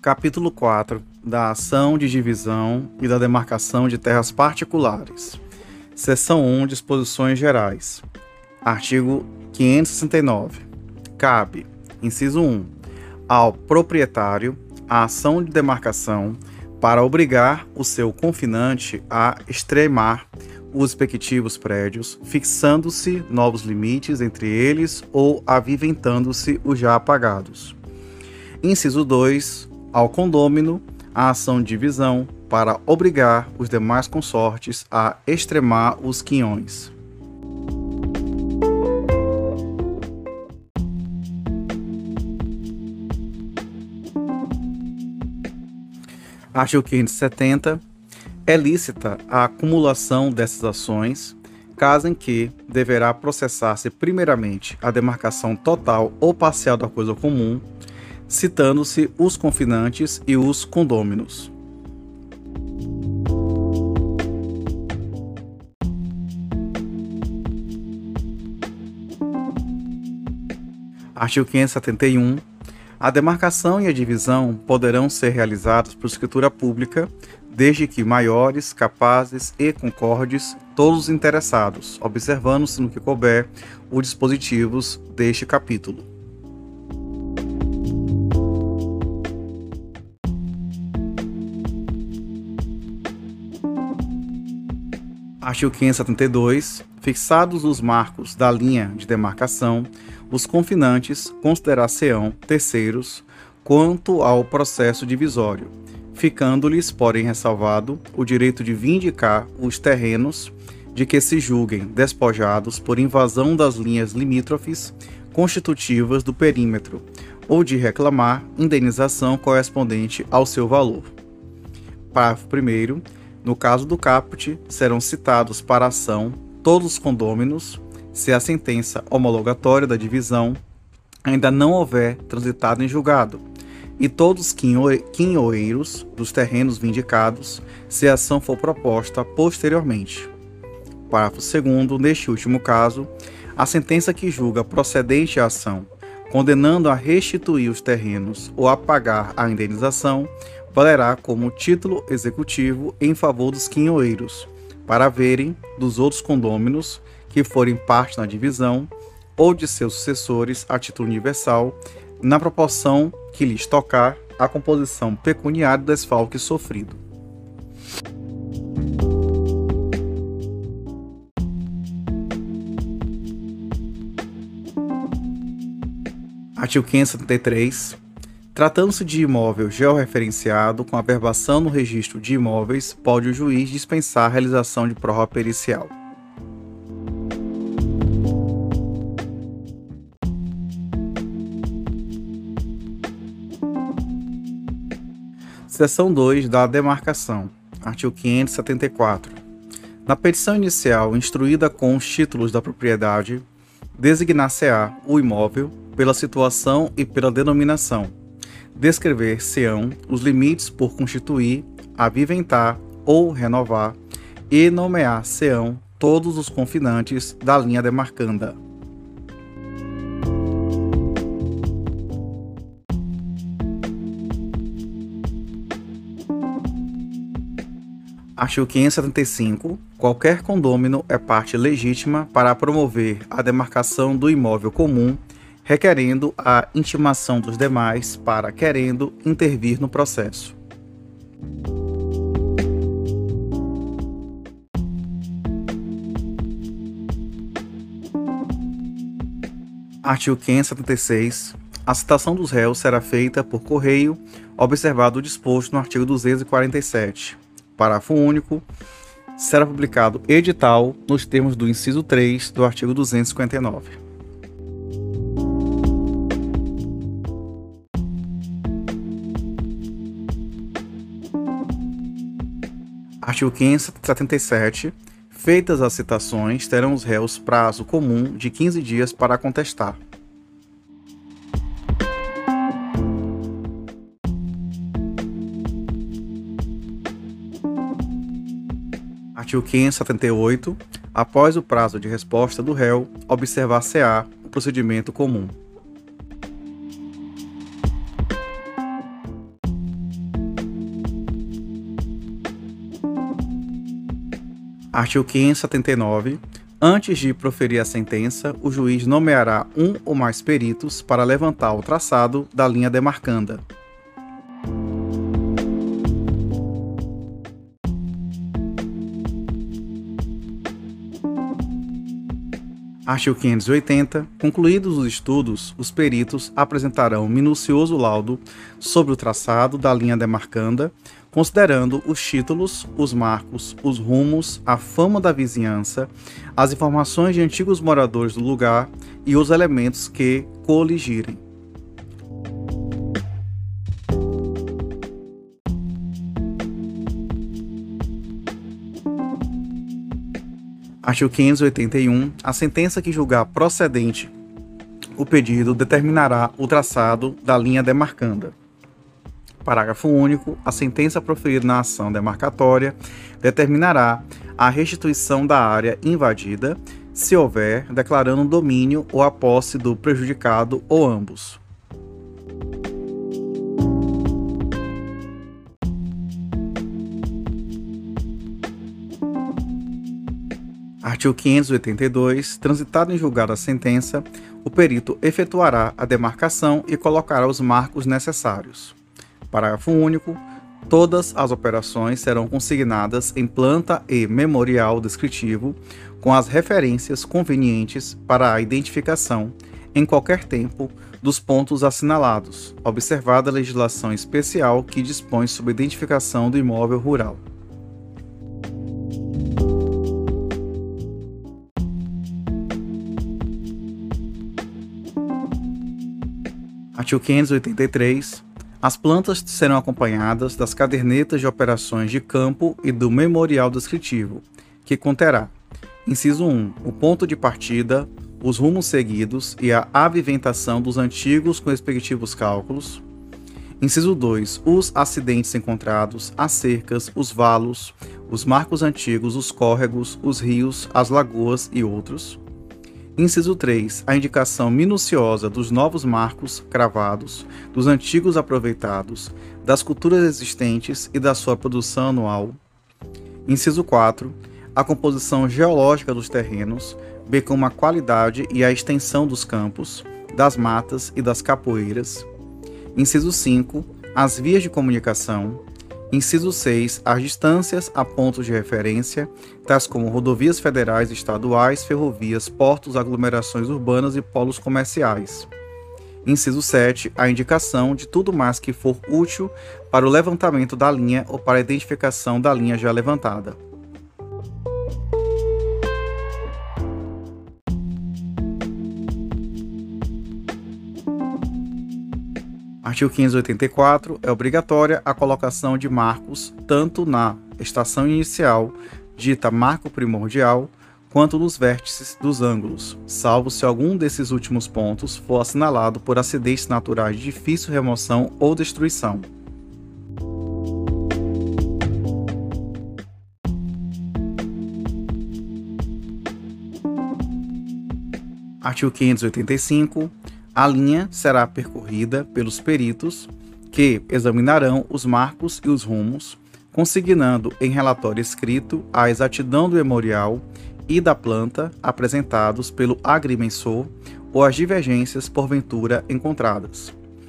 Capítulo 4 da ação de divisão e da demarcação de terras particulares. Seção 1. Disposições gerais. Artigo 569. Cabe, inciso 1, ao proprietário a ação de demarcação para obrigar o seu confinante a extremar os respectivos prédios, fixando-se novos limites entre eles ou aviventando-se os já apagados. Inciso 2. Ao condômino a ação de divisão para obrigar os demais consortes a extremar os quinhões. Artigo 570. É lícita a acumulação dessas ações, caso em que deverá processar-se primeiramente a demarcação total ou parcial da coisa comum, citando-se os confinantes e os condôminos. Artigo 571. A demarcação e a divisão poderão ser realizadas por escritura pública, desde que maiores, capazes e concordes todos os interessados, observando-se no que couber os dispositivos deste capítulo. Artigo 572. Fixados os marcos da linha de demarcação, os confinantes considerar-se-ão terceiros quanto ao processo divisório, ficando-lhes, porém, ressalvado o direito de vindicar os terrenos de que se julguem despojados por invasão das linhas limítrofes constitutivas do perímetro, ou de reclamar indenização correspondente ao seu valor. Parágrafo 1º. No caso do caput, serão citados para a ação todos os condôminos, se a sentença homologatória da divisão ainda não houver transitado em julgado, e todos os quinhoeiros dos terrenos vindicados, se a ação for proposta posteriormente. Parágrafo 2º. Neste último caso, a sentença que julga procedente a ação, condenando a restituir os terrenos ou a pagar a indenização, valerá como título executivo em favor dos quinhoeiros, para haverem dos outros condôminos que forem parte na divisão ou de seus sucessores a título universal, na proporção que lhes tocar a composição pecuniária do desfalque sofrido. Artigo 573. Tratando-se de imóvel georreferenciado com averbação no registro de imóveis, pode o juiz dispensar a realização de prova pericial. Seção 2 da demarcação. Artigo 574. Na petição inicial instruída com os títulos da propriedade, designar-se-á o imóvel pela situação e pela denominação. Descrever-se-ão os limites por constituir, aviventar ou renovar, e nomear-se-ão todos os confinantes da linha demarcanda. Artigo 575. Qualquer condômino é parte legítima para promover a demarcação do imóvel comum, requerendo a intimação dos demais para, querendo, intervir no processo. Artigo 576. A citação dos réus será feita por correio, observado o disposto no artigo 247. Parágrafo único. Será publicado edital nos termos do inciso 3 do artigo 259. Artigo 577. Feitas as citações, terão os réus prazo comum de 15 dias para contestar. Artigo 578. Após o prazo de resposta do réu, observar-se-á o procedimento comum. Artigo 579. Antes de proferir a sentença, o juiz nomeará um ou mais peritos para levantar o traçado da linha demarcanda. Artigo 580. Concluídos os estudos, os peritos apresentarão minucioso laudo sobre o traçado da linha demarcanda, considerando os títulos, os marcos, os rumos, a fama da vizinhança, as informações de antigos moradores do lugar e os elementos que coligirem. Artigo 581. A sentença que julgar procedente o pedido determinará o traçado da linha demarcanda. Parágrafo único. A sentença proferida na ação demarcatória determinará a restituição da área invadida, se houver, declarando o domínio ou a posse do prejudicado ou ambos. Artigo 582. Transitado em julgado a sentença, o perito efetuará a demarcação e colocará os marcos necessários. Parágrafo único. Todas as operações serão consignadas em planta e memorial descritivo, com as referências convenientes para a identificação, em qualquer tempo, dos pontos assinalados, observada a legislação especial que dispõe sobre a identificação do imóvel rural. Artigo 583. As plantas serão acompanhadas das cadernetas de operações de campo e do memorial descritivo, que conterá: inciso 1, o ponto de partida, os rumos seguidos e a aviventação dos antigos com respectivos cálculos. Inciso 2, os acidentes encontrados, as cercas, os valos, os marcos antigos, os córregos, os rios, as lagoas e outros. Inciso 3. A indicação minuciosa dos novos marcos cravados, dos antigos aproveitados, das culturas existentes e da sua produção anual. Inciso 4. A composição geológica dos terrenos, bem como a qualidade e a extensão dos campos, das matas e das capoeiras. Inciso 5. As vias de comunicação. Inciso 6. As distâncias a pontos de referência, tais como rodovias federais e estaduais, ferrovias, portos, aglomerações urbanas e polos comerciais. Inciso 7. A indicação de tudo mais que for útil para o levantamento da linha ou para a identificação da linha já levantada. Artigo 584. É obrigatória a colocação de marcos tanto na estação inicial, dita marco primordial, quanto nos vértices dos ângulos, salvo se algum desses últimos pontos for assinalado por acidentes naturais de difícil remoção ou destruição. Artigo 585. A linha será percorrida pelos peritos, que examinarão os marcos e os rumos, consignando em relatório escrito a exatidão do memorial e da planta apresentados pelo agrimensor ou as divergências porventura encontradas.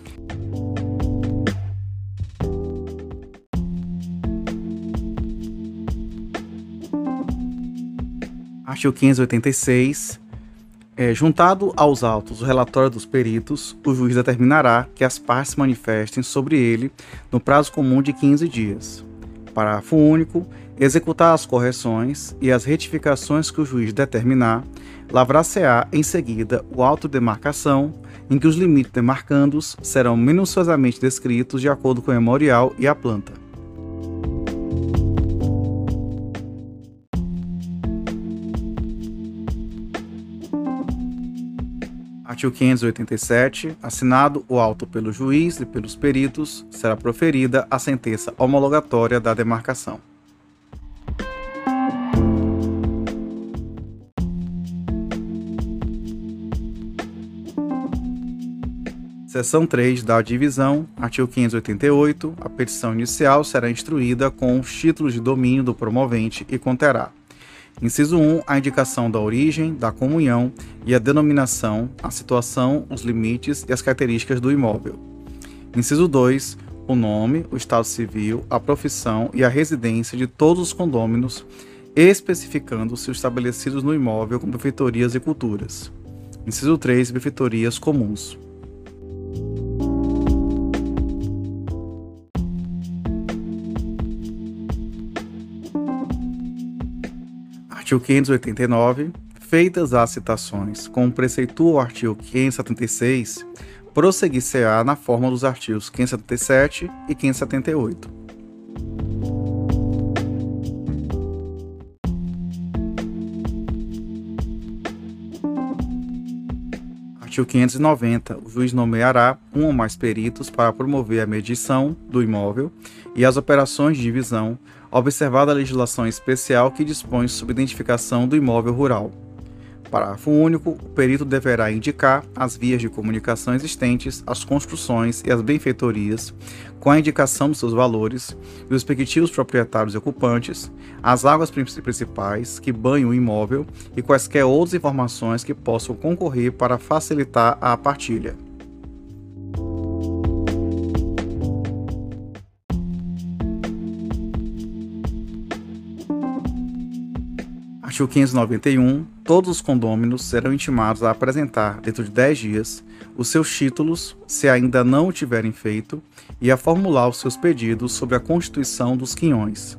Artigo 586. Juntado aos autos o relatório dos peritos, o juiz determinará que as partes se manifestem sobre ele no prazo comum de 15 dias. Parágrafo único. Executar as correções e as retificações que o juiz determinar, lavrar-se-á em seguida o auto de demarcação, em que os limites demarcandos serão minuciosamente descritos de acordo com o memorial e a planta. Artigo 587. Assinado o auto pelo juiz e pelos peritos, será proferida a sentença homologatória da demarcação. Seção 3 da divisão. Artigo 588. A petição inicial será instruída com os títulos de domínio do promovente e conterá: Inciso 1, a indicação da origem, da comunhão e a denominação, a situação, os limites e as características do imóvel. Inciso 2, o nome, o estado civil, a profissão e a residência de todos os condôminos, especificando-se os estabelecidos no imóvel como benfeitorias e culturas. Inciso 3, benfeitorias comuns. Artigo 589. Feitas as citações como preceitua o artigo 576, prosseguir-se-á na forma dos artigos 577 e 578. Artigo 590. O juiz nomeará um ou mais peritos para promover a medição do imóvel e as operações de divisão, observada a legislação especial que dispõe sobre identificação do imóvel rural. Parágrafo único. O perito deverá indicar as vias de comunicação existentes, as construções e as benfeitorias, com a indicação dos seus valores, e os respectivos proprietários e ocupantes, as águas principais que banham o imóvel e quaisquer outras informações que possam concorrer para facilitar a partilha. Artigo 591. Todos os condôminos serão intimados a apresentar, dentro de 10 dias, os seus títulos, se ainda não o tiverem feito, e a formular os seus pedidos sobre a constituição dos quinhões.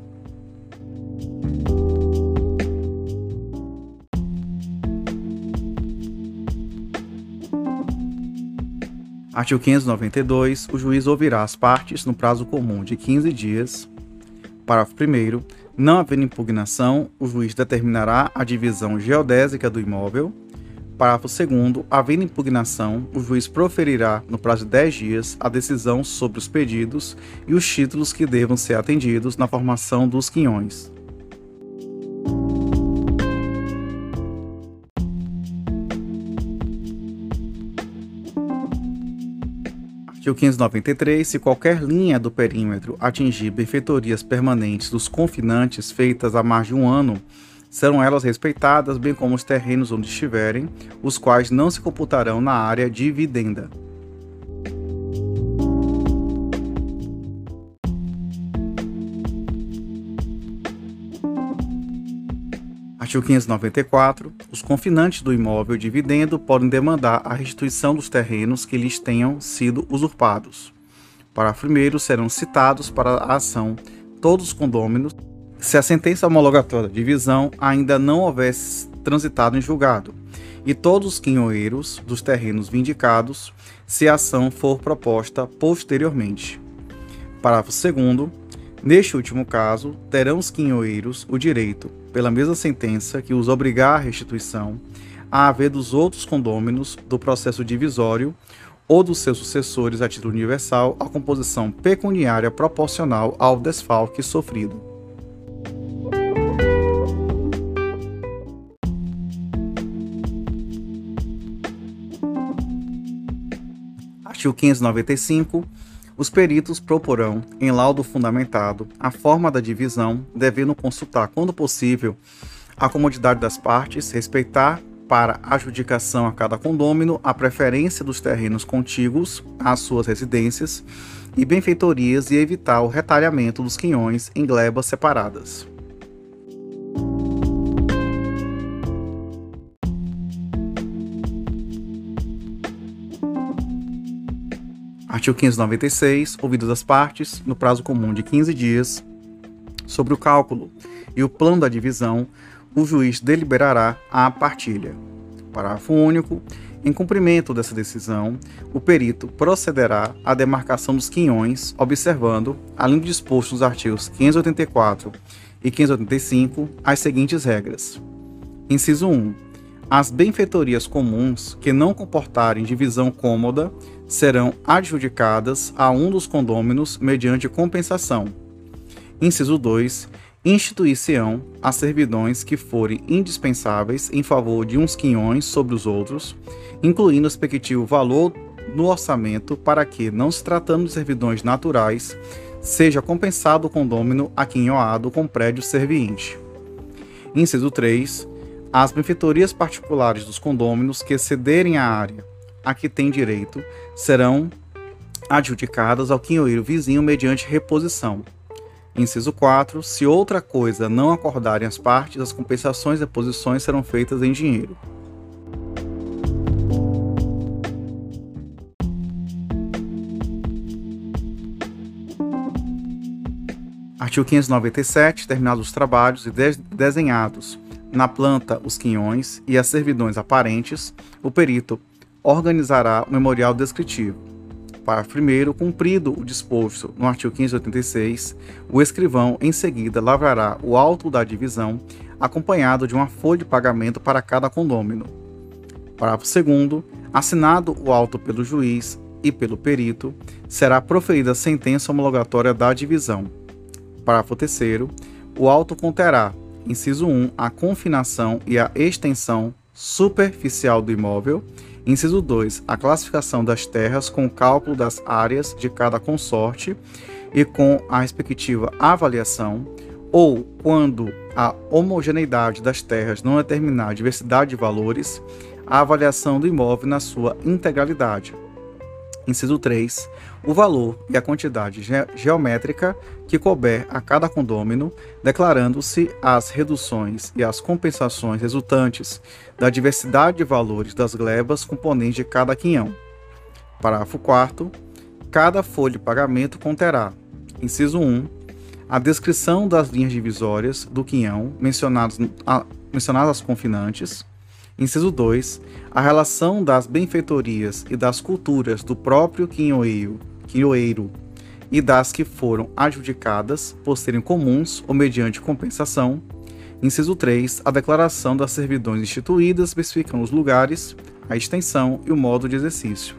Artigo 592. O juiz ouvirá as partes no prazo comum de 15 dias. Parágrafo 1º. Não havendo impugnação, o juiz determinará a divisão geodésica do imóvel. Parágrafo 2º. Havendo impugnação, o juiz proferirá, no prazo de 10 dias, a decisão sobre os pedidos e os títulos que devam ser atendidos na formação dos quinhões. Artigo 593. Se qualquer linha do perímetro atingir benfeitorias permanentes dos confinantes feitas há mais de um ano, serão elas respeitadas, bem como os terrenos onde estiverem, os quais não se computarão na área dividenda. Artigo 594. Os confinantes do imóvel dividendo podem demandar a restituição dos terrenos que lhes tenham sido usurpados. Parágrafo 1º. Serão citados para a ação todos os condôminos, se a sentença homologatória de divisão ainda não houvesse transitado em julgado, e todos os quinhoeiros dos terrenos vindicados, se a ação for proposta posteriormente. Parágrafo 2º. Neste último caso, terão os quinhoeiros o direito, pela mesma sentença que os obrigar à restituição, a haver dos outros condôminos do processo divisório ou dos seus sucessores a título universal a composição pecuniária proporcional ao desfalque sofrido. Artigo 595. Os peritos proporão, em laudo fundamentado, a forma da divisão, devendo consultar, quando possível, a comodidade das partes, respeitar, para adjudicação a cada condômino, a preferência dos terrenos contíguos às suas residências e benfeitorias e evitar o retalhamento dos quinhões em glebas separadas. Artigo 596. Ouvidas as partes, no prazo comum de 15 dias, sobre o cálculo e o plano da divisão, o juiz deliberará a partilha. Parágrafo único. Em cumprimento dessa decisão, o perito procederá à demarcação dos quinhões, observando, além do disposto nos artigos 584 e 585, as seguintes regras. Inciso 1. As benfeitorias comuns que não comportarem divisão cômoda serão adjudicadas a um dos condôminos mediante compensação. Inciso 2. Instituir-se-ão as servidões que forem indispensáveis em favor de uns quinhões sobre os outros, incluindo o respectivo valor no orçamento, para que, não se tratando de servidões naturais, seja compensado o condômino aquinhoado com prédio serviente. Inciso 3. As benfeitorias particulares dos condôminos que excederem a área a que têm direito serão adjudicadas ao quinhoeiro vizinho mediante reposição. Inciso 4. Se outra coisa não acordarem as partes, as compensações e reposições serão feitas em dinheiro. Artigo 597. Terminados os trabalhos e desenhados na planta os quinhões e as servidões aparentes, o perito organizará o memorial descritivo. Parágrafo 1º. Cumprido o disposto no artigo 586, o escrivão, em seguida, lavrará o auto da divisão, acompanhado de uma folha de pagamento para cada condômino. Parágrafo 2º. Assinado o auto pelo juiz e pelo perito, será proferida a sentença homologatória da divisão. Parágrafo 3º. O auto conterá, inciso 1, a confinação e a extensão superficial do imóvel. Inciso 2, a classificação das terras com o cálculo das áreas de cada consorte e com a respectiva avaliação, ou, quando a homogeneidade das terras não determinar a diversidade de valores, a avaliação do imóvel na sua integralidade. Inciso 3, o valor e a quantidade geométrica que couber a cada condômino, declarando-se as reduções e as compensações resultantes da diversidade de valores das glebas componentes de cada quinhão. Parágrafo 4º. Cada folha de pagamento conterá, inciso 1, a descrição das linhas divisórias do quinhão mencionadas as confinantes. Inciso 2, a relação das benfeitorias e das culturas do próprio quinhoeiro e das que foram adjudicadas por serem comuns ou mediante compensação. Inciso 3, a declaração das servidões instituídas, especificando os lugares, a extensão e o modo de exercício.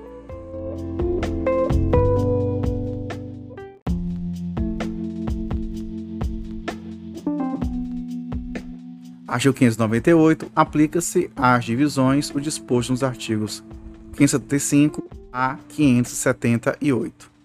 Artigo 598. Aplica-se às divisões o disposto nos artigos 575 a 578.